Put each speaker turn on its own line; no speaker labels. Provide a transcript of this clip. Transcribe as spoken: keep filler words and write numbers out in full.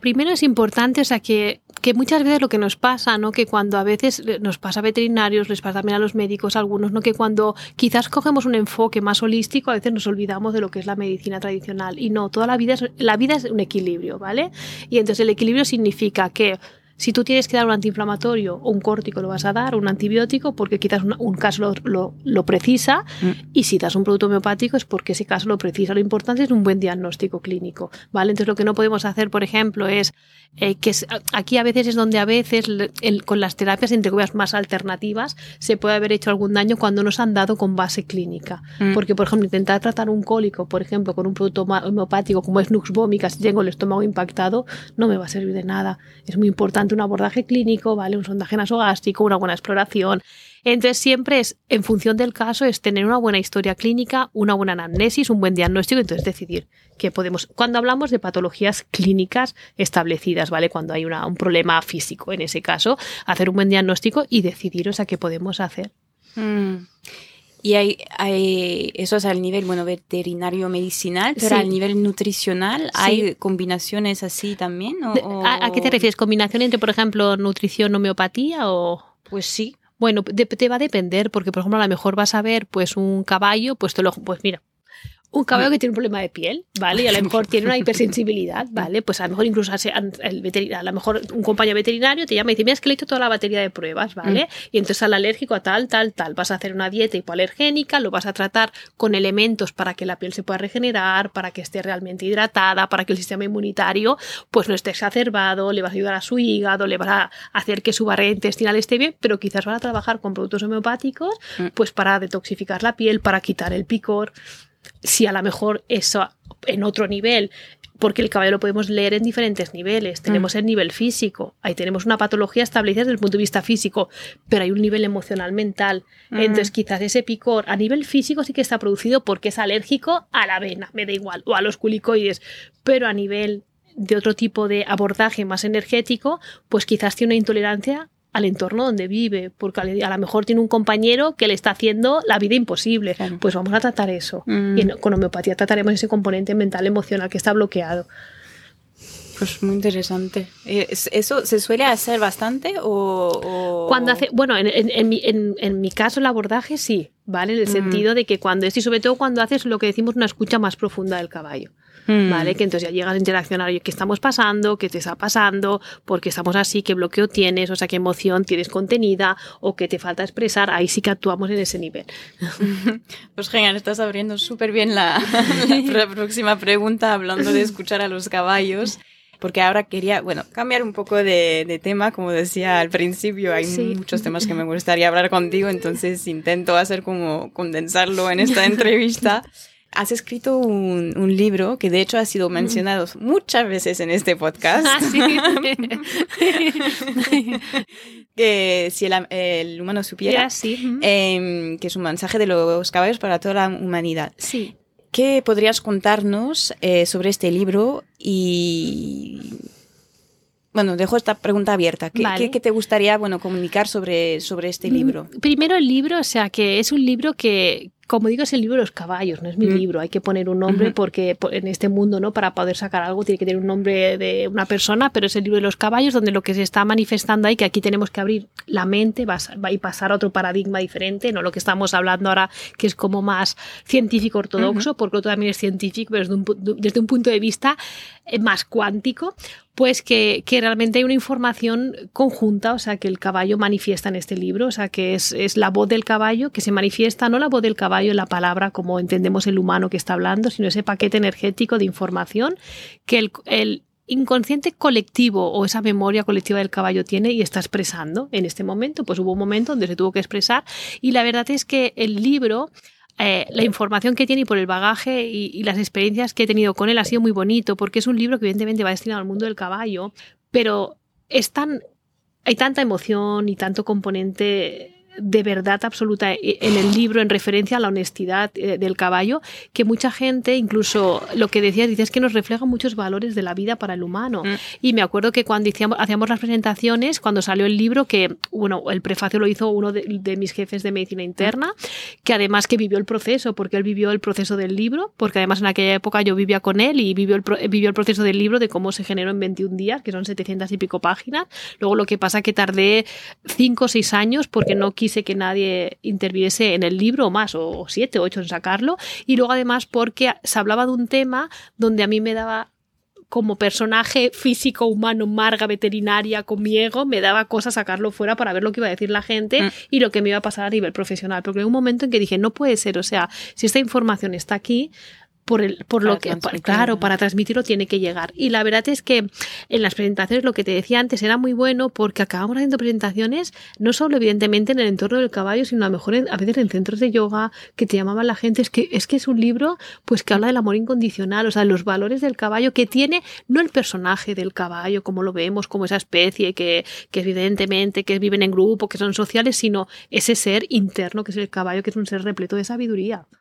primero es importante, o sea, que, que muchas veces lo que nos pasa, ¿no? Que cuando a veces nos pasa a veterinarios, les pasa también a los médicos, a algunos, ¿no? Que cuando quizás cogemos un enfoque más holístico, a veces nos olvidamos de lo que es la medicina tradicional. Y no, toda la vida es, la vida es un equilibrio, ¿vale? Y entonces el equilibrio significa que si tú tienes que dar un antiinflamatorio o un córtico, lo vas a dar, un antibiótico, porque quizás un, un caso lo, lo, lo precisa, mm. y si das un producto homeopático es porque ese caso lo precisa. Lo importante es un buen diagnóstico clínico, ¿vale? Entonces lo que no podemos hacer, por ejemplo, es eh, que es, aquí a veces es donde a veces el, con las terapias entre comillas más alternativas se puede haber hecho algún daño cuando nos han dado con base clínica. Mm. Porque, por ejemplo, intentar tratar un cólico, por ejemplo, con un producto homeopático como es Nux Vomica, si tengo el estómago impactado, no me va a servir de nada. Es muy importante un abordaje clínico, ¿vale? Un sondaje nasogástrico, una buena exploración. Entonces siempre es, en función del caso, es tener una buena historia clínica, una buena anamnesis, un buen diagnóstico, entonces decidir qué podemos. Cuando hablamos de patologías clínicas establecidas, ¿vale? Cuando hay una, un problema físico, en ese caso, hacer un buen diagnóstico y decidir, o sea, qué podemos hacer.
Mm. Y hay, hay, eso es al nivel, bueno, veterinario medicinal, pero sí. Al nivel nutricional, sí. ¿Hay combinaciones así también? ¿O, o...
¿A, ¿A qué te refieres? ¿Combinación entre, por ejemplo, nutrición, homeopatía o...?
Pues sí.
Bueno, de, te va a depender, porque, por ejemplo, a lo mejor vas a ver pues un caballo, pues te lo, pues mira, un caballo que tiene un problema de piel, ¿vale? Y a lo mejor tiene una hipersensibilidad, ¿vale? Pues a lo mejor incluso el veterinario, a lo mejor un compañero veterinario te llama y dice, mira, es que le he hecho toda la batería de pruebas, ¿vale? Mm. Y entonces al alérgico a tal, tal, tal. Vas a hacer una dieta hipoalergénica, lo vas a tratar con elementos para que la piel se pueda regenerar, para que esté realmente hidratada, para que el sistema inmunitario pues no esté exacerbado, le vas a ayudar a su hígado, le vas a hacer que su barrera intestinal esté bien, pero quizás van a trabajar con productos homeopáticos mm. pues para detoxificar la piel, para quitar el picor. Si a lo mejor eso en otro nivel, porque el caballo lo podemos leer en diferentes niveles. Tenemos mm. el nivel físico, ahí tenemos una patología establecida desde el punto de vista físico, pero hay un nivel emocional, mental. Mm. Entonces quizás ese picor a nivel físico sí que está producido porque es alérgico a la avena, me da igual, o a los culicoides, pero a nivel de otro tipo de abordaje más energético, pues quizás tiene una intolerancia al entorno donde vive, porque a lo mejor tiene un compañero que le está haciendo la vida imposible. Claro. Pues vamos a tratar eso. Mm. Y en, con homeopatía trataremos ese componente mental, emocional que está bloqueado.
Pues muy interesante. ¿Eso se suele hacer bastante o...? o...
Cuando hace, bueno, en, en, en, mi, en, en mi caso el abordaje sí, ¿vale? En el mm. sentido de que cuando es, y sobre todo cuando haces lo que decimos una escucha más profunda del caballo. Mm. ¿Vale? Que entonces ya llegas a interaccionar, oye, ¿qué estamos pasando? ¿Qué te está pasando? ¿Por qué estamos así? ¿Qué bloqueo tienes? O sea, ¿qué emoción tienes contenida? ¿O qué te falta expresar? Ahí sí que actuamos en ese nivel.
Pues genial, estás abriendo súper bien la, la próxima pregunta hablando de escuchar a los caballos. Porque ahora quería, bueno, cambiar un poco de, de tema, como decía al principio, hay sí. muchos temas que me gustaría hablar contigo, entonces intento hacer como condensarlo en esta entrevista. Has escrito un, un libro que de hecho ha sido mencionado muchas veces en este podcast. Ah, sí. Que si el, el humano supiera,
yeah, sí.
eh, que es un mensaje de los caballos para toda la humanidad.
Sí.
¿Qué podrías contarnos eh, sobre este libro? Y bueno, dejo esta pregunta abierta. ¿Qué, vale. ¿qué, qué te gustaría bueno, comunicar sobre, sobre este libro?
Primero el libro, o sea, que es un libro que, como digo, es el libro de los caballos, no es mi mm. libro. Hay que poner un nombre uh-huh. porque en este mundo, ¿no? Para poder sacar algo tiene que tener un nombre de una persona, pero es el libro de los caballos donde lo que se está manifestando ahí, que aquí tenemos que abrir la mente va a, va a pasar a otro paradigma diferente, no lo que estamos hablando ahora, que es como más científico ortodoxo, uh-huh. porque otro también es científico, pero desde un, desde un punto de vista más cuántico, pues que, que realmente hay una información conjunta, o sea, que el caballo manifiesta en este libro, o sea, que es, es la voz del caballo que se manifiesta, no la voz del caballo en la palabra como entendemos el humano que está hablando, sino ese paquete energético de información que el, el inconsciente colectivo o esa memoria colectiva del caballo tiene y está expresando en este momento. Pues hubo un momento donde se tuvo que expresar y la verdad es que el libro... Eh, la información que tiene y por el bagaje y, y las experiencias que he tenido con él ha sido muy bonito porque es un libro que evidentemente va destinado al mundo del caballo, pero es tan, hay tanta emoción y tanto componente de verdad absoluta en el libro en referencia a la honestidad del caballo, que mucha gente, incluso lo que decías, dices que nos refleja muchos valores de la vida para el humano. Mm. Y me acuerdo que cuando hacíamos, hacíamos las presentaciones, cuando salió el libro, que bueno, el prefacio lo hizo uno de, de mis jefes de medicina interna, mm. que además que vivió el proceso, porque él vivió el proceso del libro, porque además en aquella época yo vivía con él y vivió el, vivió el proceso del libro, de cómo se generó en veintiún días, que son setecientas y pico páginas. Luego lo que pasa que tardé cinco o seis años porque no quise que nadie interviniese en el libro, o más, o siete o ocho en sacarlo, y luego además porque se hablaba de un tema donde a mí me daba, como personaje físico, humano, marga, veterinaria, con mi ego, me daba cosa sacarlo fuera para ver lo que iba a decir la gente mm. y lo que me iba a pasar a nivel profesional, porque hay un momento en que dije, no puede ser, o sea, si esta información está aquí, por el por lo que para, claro para transmitirlo tiene que llegar. Y la verdad es que en las presentaciones, lo que te decía antes, era muy bueno porque acabamos haciendo presentaciones no solo evidentemente en el entorno del caballo, sino a lo mejor en, a veces en centros de yoga, que te llamaban la gente, es que es que es un libro pues que habla del amor incondicional, o sea, los valores del caballo que tiene, no el personaje del caballo como lo vemos, como esa especie que, que evidentemente que viven en grupo, que son sociales, sino ese ser interno que es el caballo, que es un ser repleto de sabiduría.